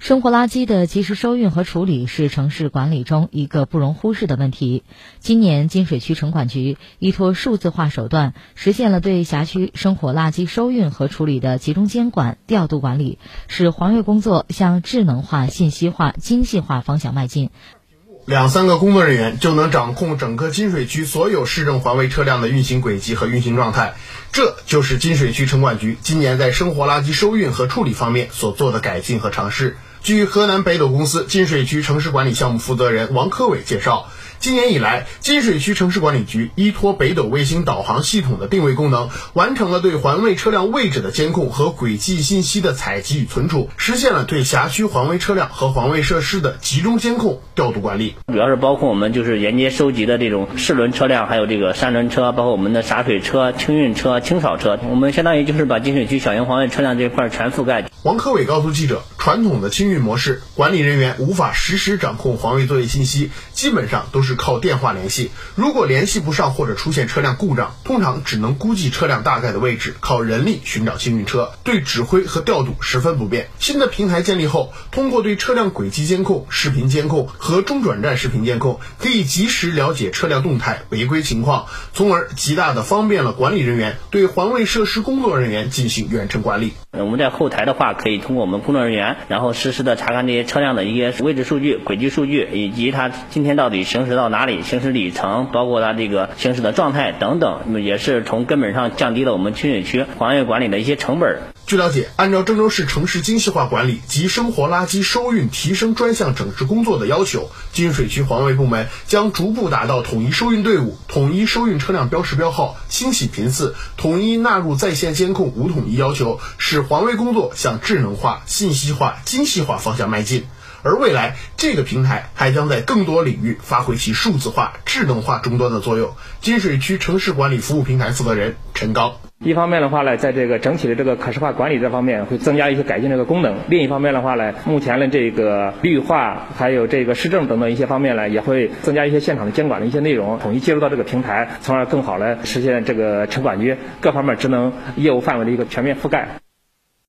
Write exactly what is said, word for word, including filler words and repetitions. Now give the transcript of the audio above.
生活垃圾的及时收运和处理是城市管理中一个不容忽视的问题。今年金水区城管局依托数字化手段，实现了对辖区生活垃圾收运和处理的集中监管、调度管理，使环卫工作向智能化、信息化、精细化方向迈进。 两三个工作人员就能掌控整个金水区所有市政环卫车辆的运行轨迹和运行状态，这就是金水区城管局今年在生活垃圾收运和处理方面所做的改进和尝试。据河南北斗公司金水区城市管理项目负责人王科伟介绍，今年以来，金水区城市管理局依托北斗卫星导航系统的定位功能，完成了对环卫车辆位置的监控和轨迹信息的采集与存储，实现了对辖区环卫车辆和环卫设施的集中监控、调度管理。 主要是包括我们就是沿街收集的这种四轮车辆，还有这个三轮车，包括我们的洒水车、清运车、清扫车，我们相当于就是把金水区小型环卫车辆这一块全覆盖。 王科伟告诉记者，传统的清运模式，管理人员无法实时掌控环卫作业信息，基本上都是靠电话联系。如果联系不上或者出现车辆故障，通常只能估计车辆大概的位置，靠人力寻找清运车，对指挥和调度十分不便。新的平台建立后，通过对车辆轨迹监控、视频监控和中转站视频监控，可以及时了解车辆动态、违规情况，从而极大的方便了管理人员对环卫设施工作人员进行远程管理。 我们在后台的话，可以通过我们工作人员，然后实时的查看这些车辆的一些位置数据、轨迹数据，以及它今天到底行驶到哪里、行驶里程，包括它这个行驶的状态等等，也是从根本上降低了我们清水区环卫管理的一些成本。 据了解，按照郑州市城市精细化管理及生活垃圾收运提升专项整治工作的要求，金水区环卫部门将逐步达到统一收运队伍、统一收运车辆标识标号、清洗频次、统一纳入在线监控五统一要求，使环卫工作向智能化、信息化、精细化方向迈进。而未来，这个平台还将在更多领域发挥其数字化、智能化终端的作用。金水区城市管理服务平台负责人陈刚。 一方面的话呢，在这个整体的这个可视化管理这方面会增加一些改进这个功能；另一方面的话呢，目前的这个绿化还有这个市政等等一些方面呢，也会增加一些现场的监管的一些内容，统一接入到这个平台，从而更好的实现这个城管局各方面职能业务范围的一个全面覆盖。